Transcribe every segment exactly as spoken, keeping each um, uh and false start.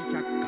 百科。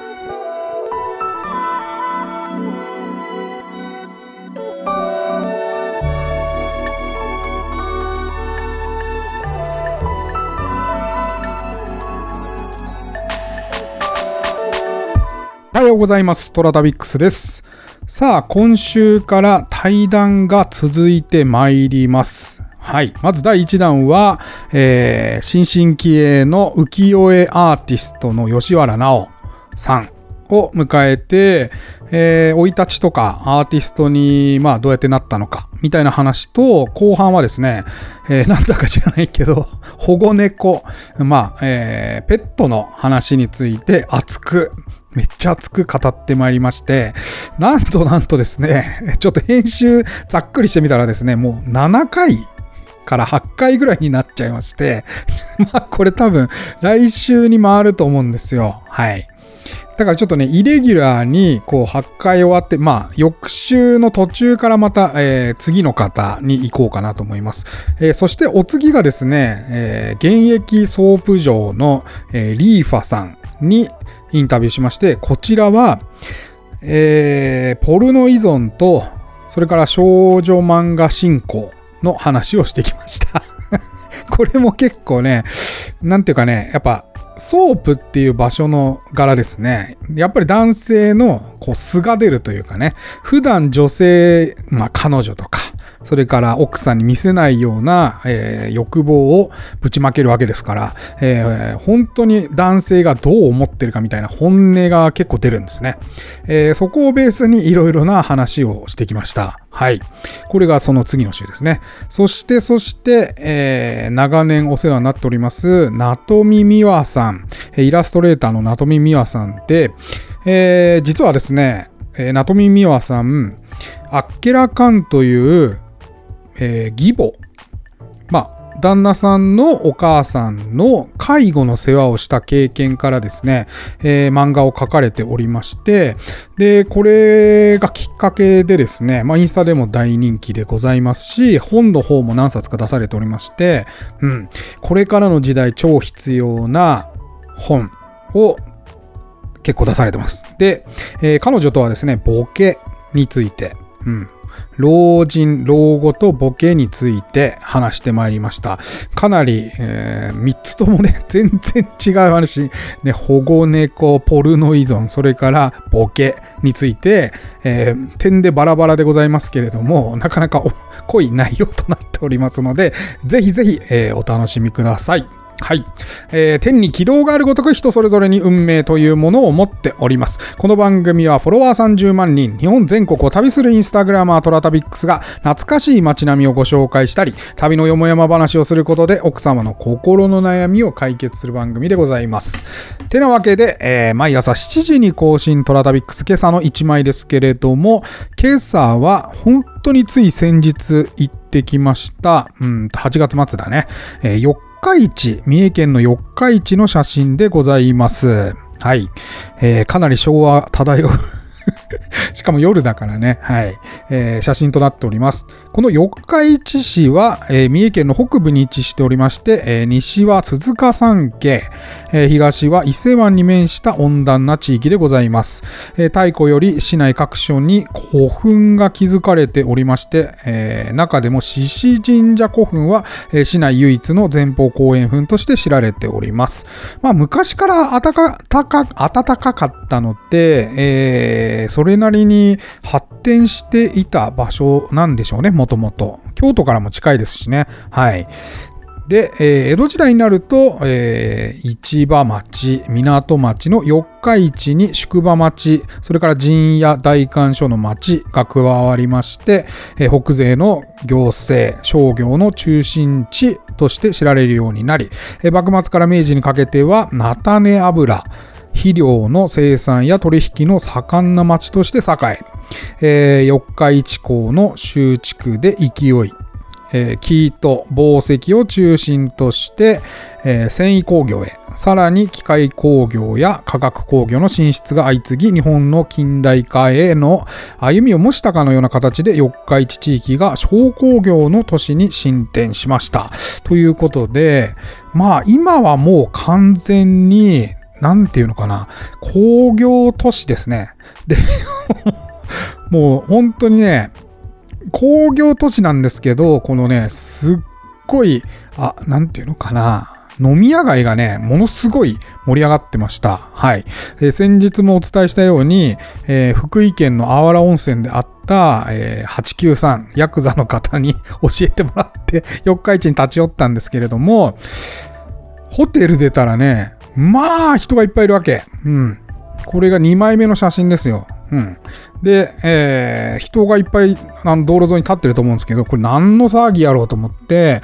おはようございます。トラタビックスです。さあ、今週から対談が続いてまいります。はい。まずだいいち弾は、えー、新進気鋭の浮世絵アーティストの吉原直さんを迎えて、えー、生い立ちとかアーティストに、まあ、どうやってなったのか、みたいな話と、後半はですね、えー、なんだか知らないけど、保護猫、まあ、えー、ペットの話について熱く、めっちゃ熱く語ってまいりまして、なんとなんとですね、ちょっと編集ざっくりしてみたらですね、もうななかいからはちかいぐらいになっちゃいまして、まあこれ多分来週に回ると思うんですよ。はい。だからちょっとね、イレギュラーにこうはちかい終わって、まあ翌週の途中からまた、えー、次の方に行こうかなと思います。えー、そしてお次がですね、えー、現役ソープ嬢の、えー、リーファさんにインタビューしまして、こちらは、えー、ポルノ依存と、それから少女漫画進行の話をしてきました。これも結構ね、なんていうかね、やっぱソープっていう場所の柄ですね。やっぱり男性のこう素が出るというかね、普段女性、まあ彼女とか、それから奥さんに見せないような、えー、欲望をぶちまけるわけですから、えー、本当に男性がどう思ってるかみたいな本音が結構出るんですね。えー、そこをベースにいろいろな話をしてきました。はい。これがその次の週ですね。そして、そして、えー、長年お世話になっております、なとみみわさん、イラストレーターのなとみみわさんで、えー、実はですね、なとみみわさん、あっけらかんという、えー、義母、まあ旦那さんのお母さんの介護の世話をした経験からですね、えー、漫画を描かれておりまして、でこれがきっかけでですね、まあインスタでも大人気でございますし、本の方も何冊か出されておりまして、うん、これからの時代超必要な本を結構出されてます。で、えー、彼女とはですね、ボケについて、うん。老人、老後とボケについて話してまいりました。かなり、えー、みっつともね、全然違う話、ね、保護猫、ポルノ依存、それからボケについて、えー、点でバラバラでございますけれども、なかなか濃い内容となっておりますので、ぜひぜひ、えー、お楽しみください。はい、えー。天に軌道があるごとく人それぞれに運命というものを持っております。この番組はフォロワーさんじゅうまんにん、日本全国を旅するインスタグラマートラタビックスが懐かしい街並みをご紹介したり、旅のよもやま話をすることで奥様の心の悩みを解決する番組でございます。てなわけで、えー、毎朝しちじに更新トラタビックス、今朝のいちまいですけれども、今朝は本当につい先日行ってきました、うん、はちがつ末だね、えー、よっか市、三重県の四日市の写真でございます。はい。えー、かなり昭和漂う。しかも夜だからね。はい、えー。写真となっております。この四日市市は、えー、三重県の北部に位置しておりまして、えー、西は鈴鹿山系、えー、東は伊勢湾に面した温暖な地域でございます。えー、太古より市内各所に古墳が築かれておりまして、えー、中でも獅子神社古墳は、えー、市内唯一の前方後円墳として知られております。まあ昔から暖か、暖か、暖かかったので、えー、それなりに発展していた場所なんでしょうね、もともと。京都からも近いですしね。はい。で、えー、江戸時代になると、えー、市場町、港町の四日市に宿場町、それから陣屋代官所の町が加わりまして、えー、北西の行政、商業の中心地として知られるようになり、えー、幕末から明治にかけては菜種油、肥料の生産や取引の盛んな町として栄え、えー、四日市港の集築で勢い、えー、生糸、紡績を中心として、えー、繊維工業へ、さらに機械工業や化学工業の進出が相次ぎ、日本の近代化への歩みを模したかのような形で四日市地域が商工業の都市に進展しました。ということで、まあ今はもう完全になんていうのかな、工業都市ですね。で、もう本当にね、工業都市なんですけど、このね、すっごい、あ、なんていうのかな、飲み屋街がね、ものすごい盛り上がってました。はい。で先日もお伝えしたように、えー、福井県のあわら温泉であった、えー、はちきゅうさん、ヤクザの方に教えてもらって、四日市に立ち寄ったんですけれども、ホテル出たらね、まあ、人がいっぱいいるわけ。うん。これがにまいめの写真ですよ。うん。で、えー、人がいっぱいあの道路沿いに立ってると思うんですけど、これ何の騒ぎやろうと思って、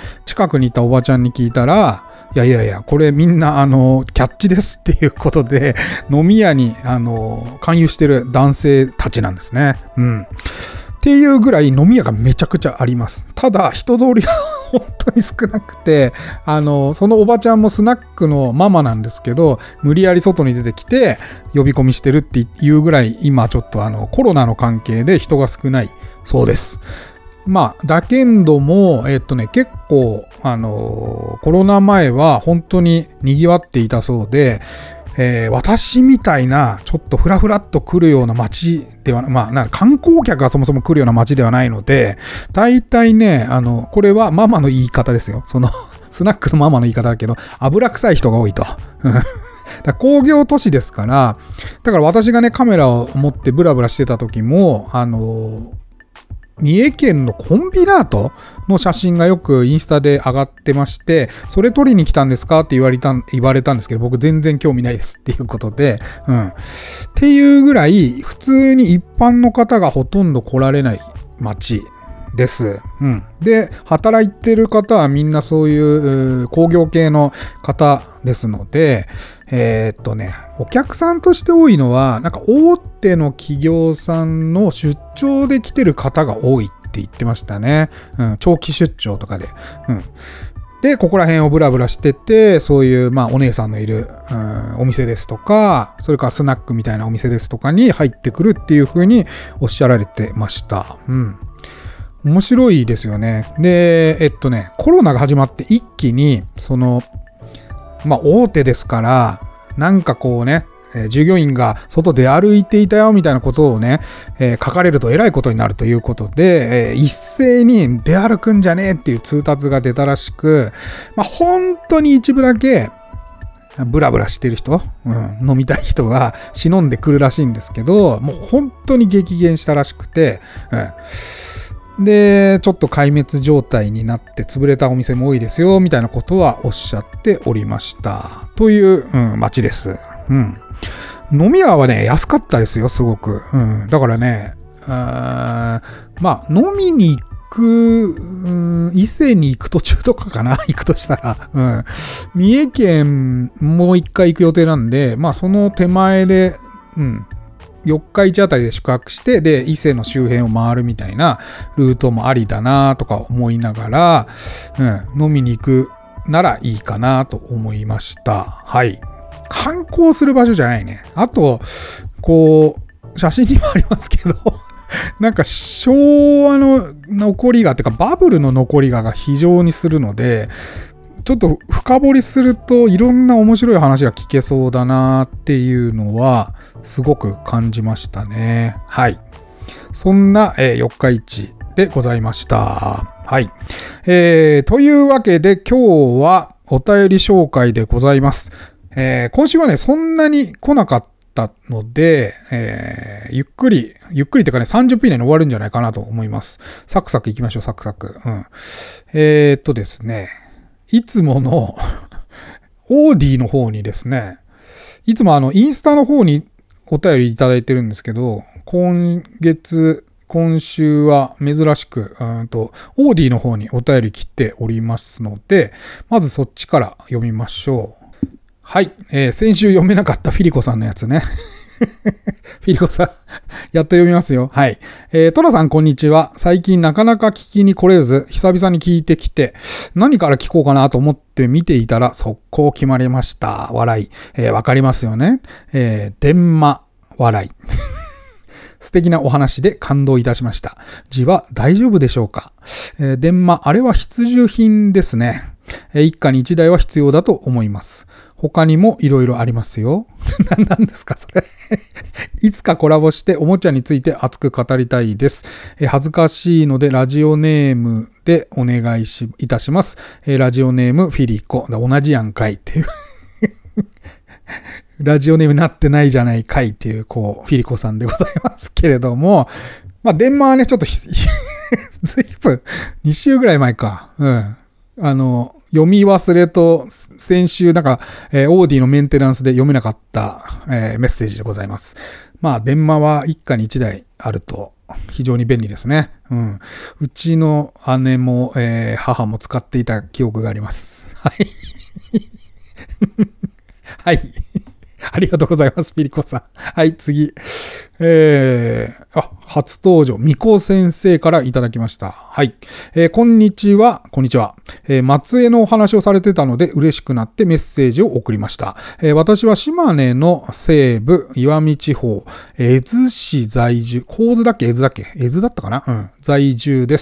近くにいたおばちゃんに聞いたら、いやいやいや、これみんな、あの、キャッチですっていうことで、飲み屋に、あの、勧誘してる男性たちなんですね。うん。っていうぐらい飲み屋がめちゃくちゃあります。ただ、人通りが本当に少なくて、あの、そのおばちゃんもスナックのママなんですけど、無理やり外に出てきて、呼び込みしてるっていうぐらい、今ちょっとあの、コロナの関係で人が少ないそうです。まあ、だけんども、えっとね、結構、あのー、コロナ前は本当に賑わっていたそうで、えー、私みたいな、ちょっとフラフラっと来るような街では、まあ、なんか観光客がそもそも来るような街ではないので、大体ね、あの、これはママの言い方ですよ。その、スナックのママの言い方だけど、油臭い人が多いと。だ工業都市ですから、だから私がね、カメラを持ってブラブラしてた時も、あのー、三重県のコンビナートの写真がよくインスタで上がってまして、それ撮りに来たんですかって言われた、言われたんですけど、僕全然興味ないですっていうことで、うん。っていうぐらい、普通に一般の方がほとんど来られない街です。うん。で、働いてる方はみんなそういう工業系の方ですので、えー、っとね、お客さんとして多いのは、なんか大手の企業さんの出張で来てる方が多いって言ってましたね。うん、長期出張とかで。うん。で、ここら辺をブラブラしてて、そういう、まあ、お姉さんのいる、うん、お店ですとか、それからスナックみたいなお店ですとかに入ってくるっていう風におっしゃられてました。うん。面白いですよね。で、えっとね、コロナが始まって一気に、その、まあ、大手ですから、なんかこうね、えー、従業員が外出歩いていたよみたいなことをね、えー、書かれるとえらいことになるということで、えー、一斉に出歩くんじゃねえっていう通達が出たらしく、まあ、本当に一部だけ、ブラブラしてる人、うん、飲みたい人が忍んでくるらしいんですけど、もう本当に激減したらしくて、うん、で、ちょっと壊滅状態になって潰れたお店も多いですよ、みたいなことはおっしゃっておりました。という、うん、街です。うん。飲み屋はね、安かったですよ、すごく。うん、だからね、あまあ、飲みに行く、うん、伊勢に行く途中とかかな、行くとしたら。うん。三重県もう一回行く予定なんで、まあ、その手前で、うん。四日市あたりで宿泊して、で、伊勢の周辺を回るみたいなルートもありだなとか思いながら、うん、飲みに行くならいいかなと思いました。はい。観光する場所じゃないね。あと、こう、写真にもありますけど、なんか昭和の残りが、てかバブルの残りがが非常にするので、ちょっと深掘りするといろんな面白い話が聞けそうだなっていうのはすごく感じましたね。はい。そんな、えー、四日市でございました。はい。えー、というわけで今日はお便り紹介でございます。えー、今週はね、そんなに来なかったので、えー、ゆっくり、ゆっくりってかね、さんじゅっぷん以内に終わるんじゃないかなと思います。サクサク行きましょう、サクサク。うん。えー、っとですね、いつものオーディの方にですね、いつもあの、インスタの方にお便りいただいてるんですけど、今月、今週は珍しく、うんと、オーディの方にお便り来ておりますので、まずそっちから読みましょう。はい、えー、先週読めなかったフィリコさんのやつね。フィリコさん、やっと読みますよ。はい。えー、トラさんこんにちは。最近なかなか聞きに来れず、久々に聞いてきて、何から聞こうかなと思って見ていたら、速攻決まりました。笑い。えー、わかりますよね。えー、電話、笑い。素敵なお話で感動いたしました。字は大丈夫でしょうか。えー、電話、あれは必需品ですね。一家に一台は必要だと思います。 他にもいろいろありますよ。何ですかそれ。いつかコラボしておもちゃについて熱く語りたいです。え恥ずかしいのでラジオネームでお願いしいたします。えラジオネームフィリコ。同じやんかいっていう。ラジオネームになってないじゃないかいっていう、こう、フィリコさんでございますけれども、まあ、電話はね、ちょっとずいぶん、に週ぐらい前か。うん。あの、読み忘れと、先週、なんか、えー、オーディのメンテナンスで読めなかった、えー、メッセージでございます。まあ、電話は一家に一台あると非常に便利ですね。うん。うちの姉も、えー、母も使っていた記憶があります。はい。はい。ありがとうございます、ピリコさん。はい、次。えー、あ、初登場、みこ先生からいただきました。はい。えー、こんにちは、こんにちは。えー、松江のお話をされてたので嬉しくなってメッセージを送りました。えー、私は島根の西部、石見地方、江津市在住、神津だっけ江津だっけ江津だったかなうん。在住です。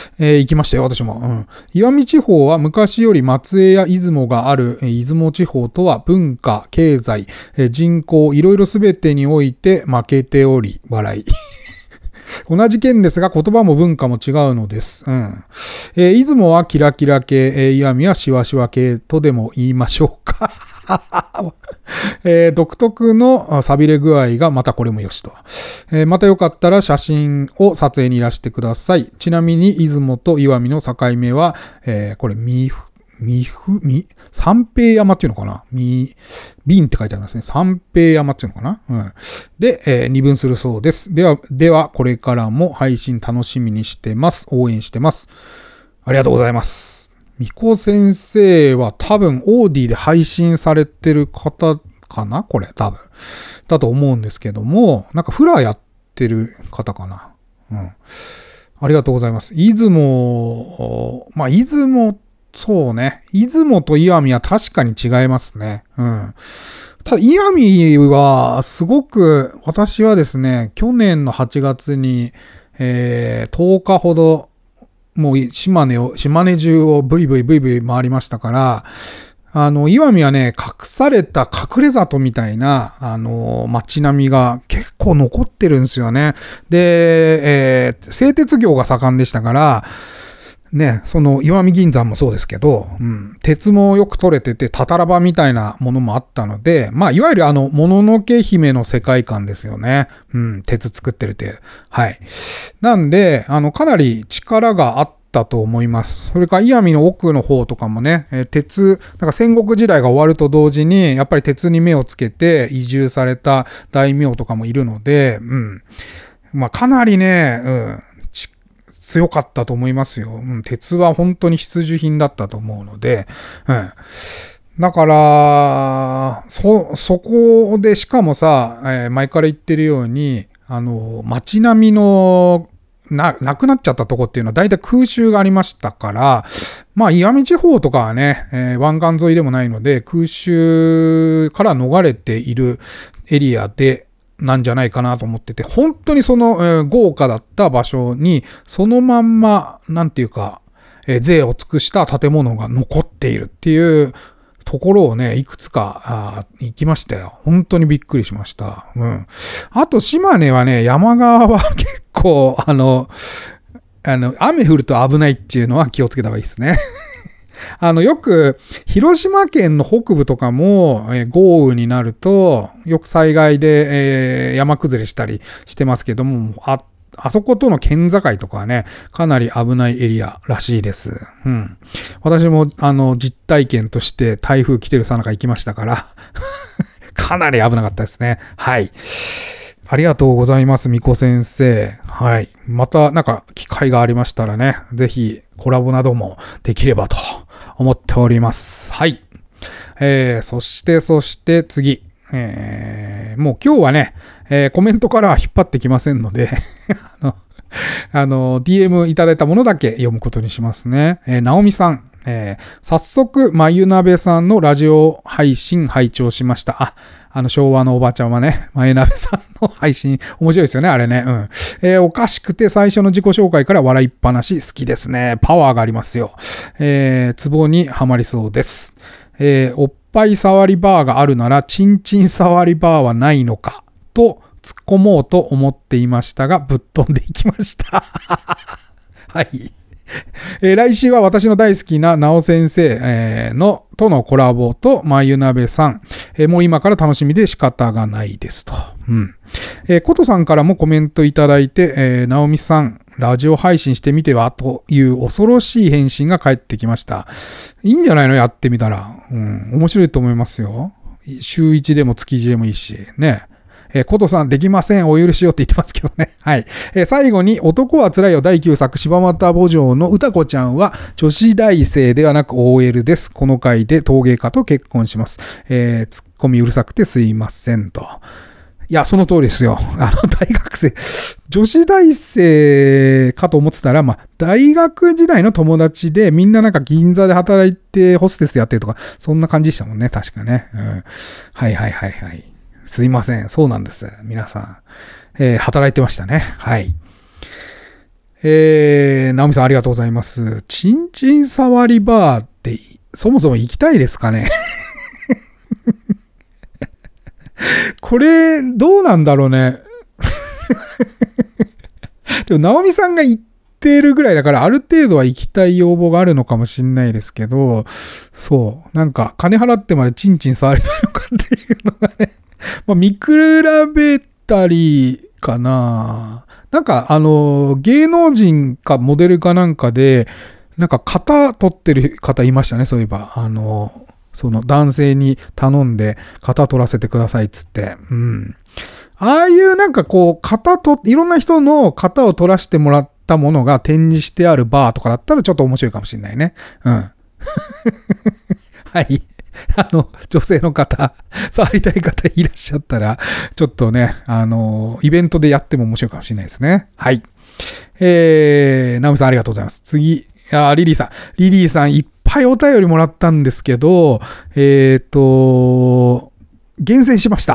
えー、行きましたよ、私も。うん。石見地方は昔より松江や出雲がある出雲地方とは文化、経済、人口、いろいろすべてにおいて負けており、笑い。同じ県ですが言葉も文化も違うのです。うん。えー、出雲はキラキラ系、えー、石見はシワシワ系とでも言いましょうか。えー、独特の錆びれ具合がまたこれもよしと。えー、またよかったら写真を撮影にいらしてください。ちなみに出雲と石見の境目は、えー、これ、みふ、みふ、み、三平山っていうのかなみ、瓶って書いてありますね。三平山っていうのかなうん。で、えー、二分するそうです。では、では、これからも配信楽しみにしてます。応援してます。ありがとうございます。みこ先生は多分、オーディで配信されてる方かなこれ、多分。だと思うんですけども、なんかフラーやってる方かなうん。ありがとうございます。出雲、まあ、出雲、そうね。出雲と石見は確かに違いますね。うん。ただ、石見は、すごく、私はですね、去年のはちがつに、えー、とおかほど、もう島根を、島根中をブイブイブイブイ回りましたから、あの、石見はね、隠された隠れ里みたいな、あの、街並みが結構残ってるんですよね。で、えー、製鉄業が盛んでしたから、ね、その石見銀山もそうですけど、うん、鉄もよく取れてて、たたらばみたいなものもあったので、まあ、いわゆるあの、もののけ姫の世界観ですよね。うん、鉄作ってるって。はい。なんで、あの、かなり力があったと思います。それから、石見の奥の方とかもね、えー、鉄、なんか戦国時代が終わると同時に、やっぱり鉄に目をつけて移住された大名とかもいるので、うん。まあ、かなりね、うん。強かったと思いますよ。うん、鉄は本当に必需品だったと思うので、うん。だから、そ、そこでしかもさ、えー、前から言ってるように、あの、街並みの、な、なくなっちゃったとこっていうのは大体空襲がありましたから、まあ、石見地方とかはね、えー、湾岸沿いでもないので、空襲から逃れているエリアで、なんじゃないかなと思ってて、本当にその、えー、豪華だった場所に、そのまんま、なんていうか、えー、税を尽くした建物が残っているっていうところをね、いくつか、あ行きましたよ。本当にびっくりしました。うん。あと、島根はね、山側は結構、あの、あの、雨降ると危ないっていうのは気をつけた方がいいですね。あの、よく、広島県の北部とかも、えー、豪雨になると、よく災害で、えー、山崩れしたりしてますけども、あ、あそことの県境とかはね、かなり危ないエリアらしいです。うん。私も、あの、実体験として台風来てるさなか行きましたから、かなり危なかったですね。はい。ありがとうございます、みこ先生。はい。また、なんか、機会がありましたらね、ぜひ、コラボなどもできればと思っております。はい。えー、そして、そして次。えー、もう今日はね、えー、コメントからは引っ張ってきませんので、あの、あの、ディーエム いただいたものだけ読むことにしますね。えー、なおみさん。えー、早速、まゆなべさんのラジオ配信拝聴しました。あ、あの昭和のおばちゃんはね、まゆなべさんの配信面白いですよね、あれね。うん。えー、おかしくて最初の自己紹介から笑いっぱなし好きですね。パワーがありますよ。えー、ツボにはまりそうです。えー、おっぱい触りバーがあるなら、チンチン触りバーはないのか、と突っ込もうと思っていましたが、ぶっ飛んでいきました。はい。えー、来週は私の大好きななお先生、えー、のとのコラボとまゆなべさん、えー、もう今から楽しみで仕方がないですと。うん。えー、ことさんからもコメントいただいて、えー、なおみさん、ラジオ配信してみてはという恐ろしい返信が返ってきました。いいんじゃないのやってみたら。うん。面白いと思いますよ。週いちでも月いちでもいいし。ね。えー、ことさんできません。お許しよって言ってますけどね。はい。えー、最後に、男はつらいよだいきゅうさく柴又墓場の歌子ちゃんは女子大生ではなく オーエル です。この回で陶芸家と結婚します。えー、ツッコミうるさくてすいませんと。いや、その通りですよ。あの、大学生、女子大生かと思ってたら、まあ、大学時代の友達で、みんななんか銀座で働いてホステスやってるとか、そんな感じでしたもんね、確かね。うん、はいはいはいはい。すいません。そうなんです。皆さん。えー、働いてましたね。はい。えー、ナオミさんありがとうございます。チンチン触りバーって、そもそも行きたいですかねこれ、どうなんだろうね。でも、ナオミさんが言ってるぐらいだから、ある程度は行きたい要望があるのかもしれないですけど、そう。なんか、金払ってまでチンチン触りたいのかっていうのがね。まあ、見比べたりかな。なんか、あの、芸能人かモデルかなんかで、なんか型取ってる方いましたね、そういえば。あの、その男性に頼んで型取らせてくださいっつって。うん。ああいうなんかこう、型と、いろんな人の型を取らせてもらったものが展示してあるバーとかだったらちょっと面白いかもしれないね。うん。はい。あの、女性の方、触りたい方いらっしゃったら、ちょっとね、あの、イベントでやっても面白いかもしれないですね。はい。えー、ナオミさんありがとうございます。次、あ、リリーさん。リリーさんいっぱいお便りもらったんですけど、えっと、厳選しました。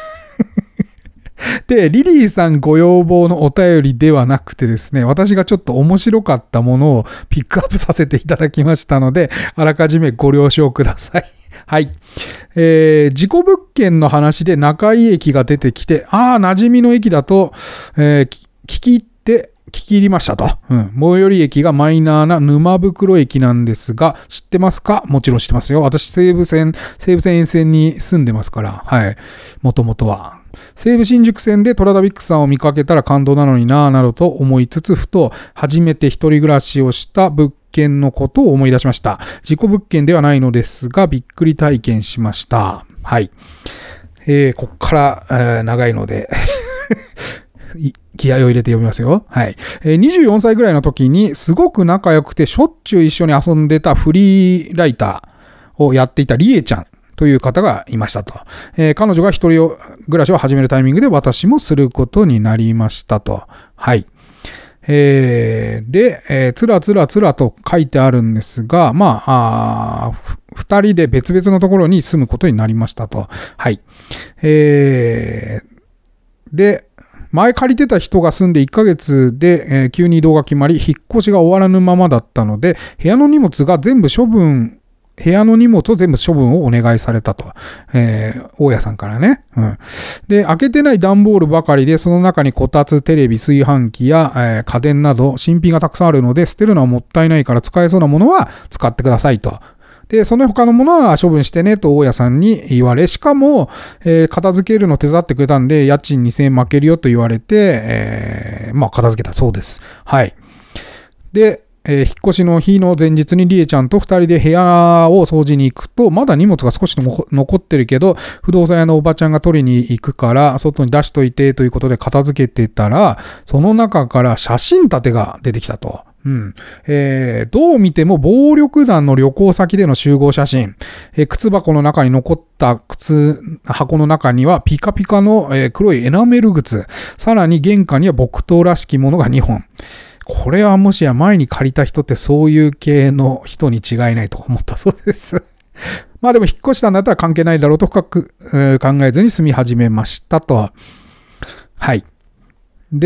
で、リリーさんご要望のお便りではなくてですね、私がちょっと面白かったものをピックアップさせていただきましたので、あらかじめご了承ください。はい。えー、事故物件の話で中井駅が出てきて、ああ、馴染みの駅だと、えー、聞き入って、聞き入りましたと。うん。最寄り駅がマイナーな沼袋駅なんですが、知ってますか？もちろん知ってますよ。私、西武線、西武線沿線に住んでますから、はい。もともとは。西武新宿線でトラダビックさんを見かけたら感動なのになぁなどと思いつつ、ふと初めて一人暮らしをした物件のことを思い出しました。事故物件ではないのですが、びっくり体験しました。はい。えー、こっから、えー、長いので、気合を入れて読みますよ。はい。えー、にじゅうよんさいぐらいの時にすごく仲良くてしょっちゅう一緒に遊んでたフリーライターをやっていたリエちゃんという方がいましたと。えー、彼女が一人暮らしを始めるタイミングで私もすることになりましたと。はい。えー、で、えー、つらつらつらと書いてあるんですが、まあ、あ二人で別々のところに住むことになりましたと。はい。えー、で、前借りてた人が住んでいっかげつで、えー、急に移動が決まり、引っ越しが終わらぬままだったので、部屋の荷物が全部処分、部屋の荷物を全部処分をお願いされたと。えー、大家さんからね。うん。で、開けてない段ボールばかりで、その中にこたつ、テレビ、炊飯器や、えー、家電など、新品がたくさんあるので、捨てるのはもったいないから使えそうなものは使ってくださいと。で、その他のものは処分してねと大家さんに言われ、しかも、えー、片付けるの手伝ってくれたんで、家賃にせんえん負けるよと言われて、えー、まあ、片付けたそうです。はい。で、えー、引っ越しの日の前日にリエちゃんと二人で部屋を掃除に行くと、まだ荷物が少し残ってるけど、不動産屋のおばちゃんが取りに行くから、外に出しといてということで片付けてたら、その中から写真立てが出てきたと。うん。えー、どう見ても暴力団の旅行先での集合写真。えー、靴箱の中に残った靴箱の中にはピカピカの、えー、黒いエナメル靴。さらに玄関には木刀らしきものがにほん。これはもしや前に借りた人ってそういう系の人に違いないと思ったそうです。まあでも引っ越したんだったら関係ないだろうと深く、えー、考えずに住み始めましたと。はい。で、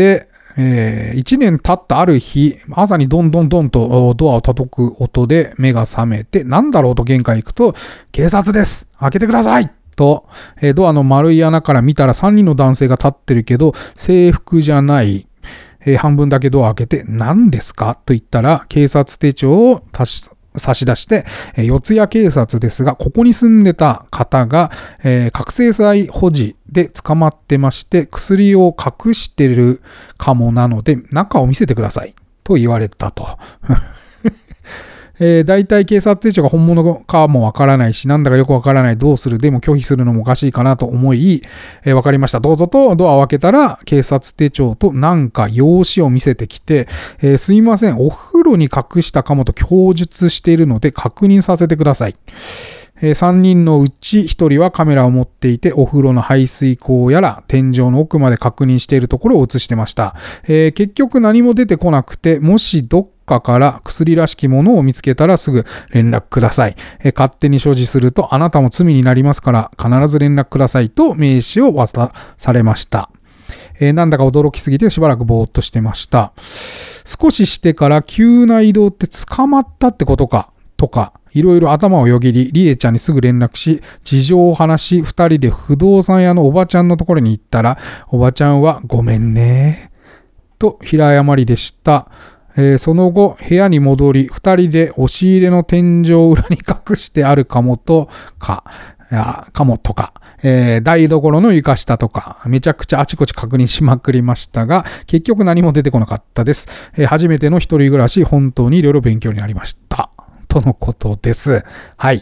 えー、いちねん経ったある日、朝にどんどんどんとドアを叩く音で目が覚めて、なんだろうと玄関行くと、警察です、開けてくださいと、えー、ドアの丸い穴から見たらさんにんの男性が立ってるけど、制服じゃない。えー、半分だけドア開けて、何ですかと言ったら、警察手帳を差し出して、えー、四谷警察ですが、ここに住んでた方が、えー、覚醒剤保持で捕まってまして、薬を隠してるかもなので、中を見せてください。と言われたと。えー、大体警察手帳が本物かもわからないし、なんだかよくわからない、どうする、でも拒否するのもおかしいかなと思い、えー、わかりました。どうぞとドアを開けたら、警察手帳となんか用紙を見せてきて、えー、すいません、お風呂に隠したかもと供述しているので確認させてください。えー、さんにんのうちひとりはカメラを持っていて、お風呂の排水口やら天井の奥まで確認しているところを映してました。えー、結局何も出てこなくて、もしどっかから薬らしきものを見つけたらすぐ連絡ください。えー、勝手に所持するとあなたも罪になりますから必ず連絡くださいと名刺を渡されました。えー、なんだか驚きすぎてしばらくぼーっとしてました。少ししてから急な移動って捕まったってことかとか、いろいろ頭をよぎり、リエちゃんにすぐ連絡し、事情を話し、二人で不動産屋のおばちゃんのところに行ったら、おばちゃんはごめんね、と平謝りでした。えー、その後、部屋に戻り、二人で押し入れの天井裏に隠してあるかもとか、かもとか、えー、台所の床下とか、めちゃくちゃあちこち確認しまくりましたが、結局何も出てこなかったです。えー、初めての一人暮らし、本当にいろいろ勉強になりました。とのことです。はい。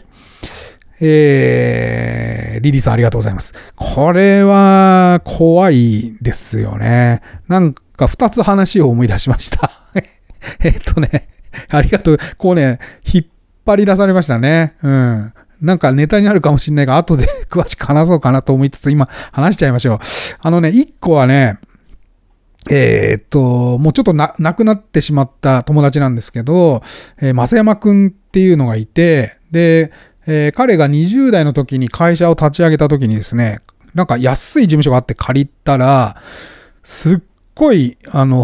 えー、リリーさんありがとうございます。これは怖いですよね。なんか二つ話を思い出しました。えっとね、ありがとう。こうね、引っ張り出されましたね。うん。なんかネタになるかもしれないが、後で詳しく話そうかなと思いつつ、今話しちゃいましょう。あのね、一個はね、えー、っと、もうちょっとな、亡くなってしまった友達なんですけど、えー、増山くんっていうのがいて、で、えー、彼がにじゅう代の時に会社を立ち上げた時にですね、なんか安い事務所があって借りたら、すっごい、あの、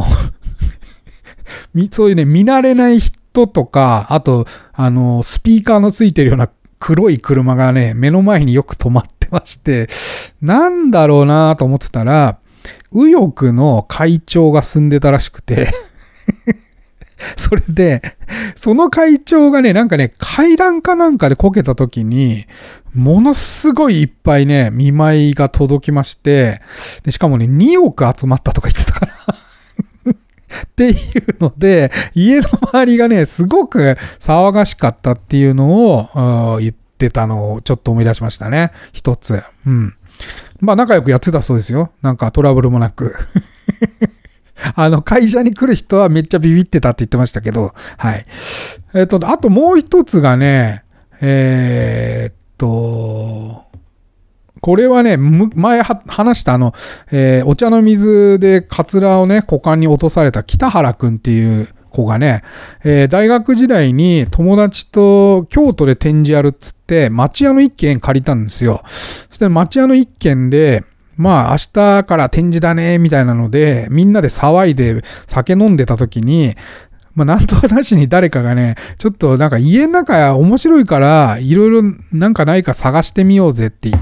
そういうね、見慣れない人とか、あと、あの、スピーカーのついてるような黒い車がね、目の前によく止まってまして、なんだろうなと思ってたら、右翼の会長が住んでたらしくてそれでその会長がねなんかね階段かなんかでこけた時にものすごいいっぱいね見舞いが届きまして、でしかもねにおく集まったとか言ってたからっていうので家の周りがねすごく騒がしかったっていうのを言ってたのをちょっと思い出しましたね。一つ。うん。まあ仲良くやってたそうですよ。なんかトラブルもなく。あの会社に来る人はめっちゃビビってたって言ってましたけど、はい。えっと、あともう一つがね、えー、っと、これはね、前話したあの、えー、お茶の水でカツラをね、股間に落とされた北原くんっていう子がね、えー、大学時代に友達と京都で展示やるっつって町屋の一軒借りたんですよ。そして町屋の一軒でまあ明日から展示だねみたいなのでみんなで騒いで酒飲んでた時に、まあなんとなしに誰かがねちょっとなんか家の中面白いからいろいろなんかないか探してみようぜって言って、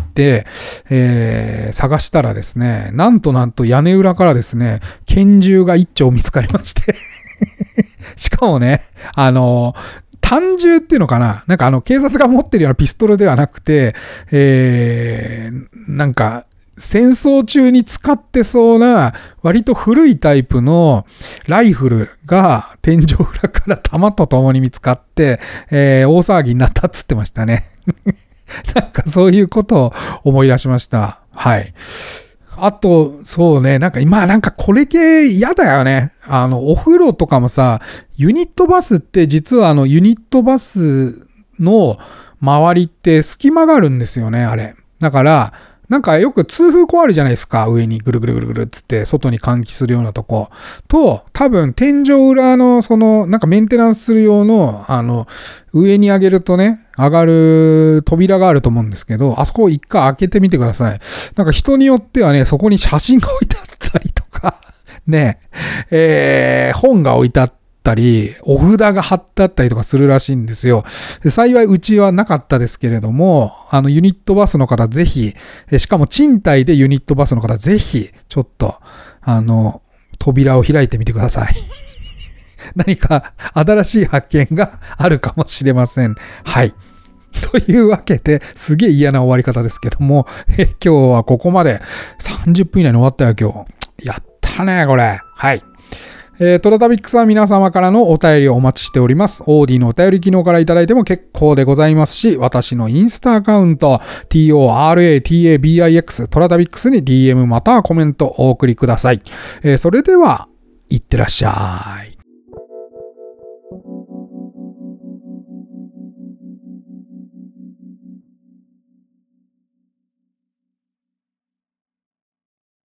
えー、探したらですね、なんとなんと屋根裏からですね拳銃が一丁見つかりましてしかもねあの単銃っていうのかな、なんかあの警察が持ってるようなピストルではなくて、えー、なんか戦争中に使ってそうな割と古いタイプのライフルが天井裏から弾とともに見つかって、えー、大騒ぎになったっつってましたねなんかそういうことを思い出しました。はい。あと、そうね、なんか今なんかこれ系嫌だよね。あの、お風呂とかもさ、ユニットバスって実はあのユニットバスの周りって隙間があるんですよね、あれ。だから、なんかよく通風口あるじゃないですか。上にぐるぐるぐるぐるっつって外に換気するようなとこ。と、多分天井裏のそのなんかメンテナンスする用のあの上に上げるとね、上がる扉があると思うんですけど、あそこを一回開けてみてください。なんか人によってはね、そこに写真が置いてあったりとか、 ね、えー、本が置いてあったり、お札が貼ってあったりとかするらしいんですよ。幸いうちはなかったですけれども、あのユニットバスの方ぜひ、しかも賃貸でユニットバスの方ぜひ、ちょっと、あの、扉を開いてみてください。何か新しい発見があるかもしれません。はい。というわけで、すげえ嫌な終わり方ですけども、え今日はここまでさんじゅっぷん以内に終わったよ、今日。やったね、これ。はい。えー、トラタビックスは皆様からのお便りをお待ちしております。オーディのお便り機能からいただいても結構でございますし、私のインスタアカウント、トラタビックス、トラタビックスに ディーエム またはコメントをお送りください。えー、それでは、いってらっしゃい。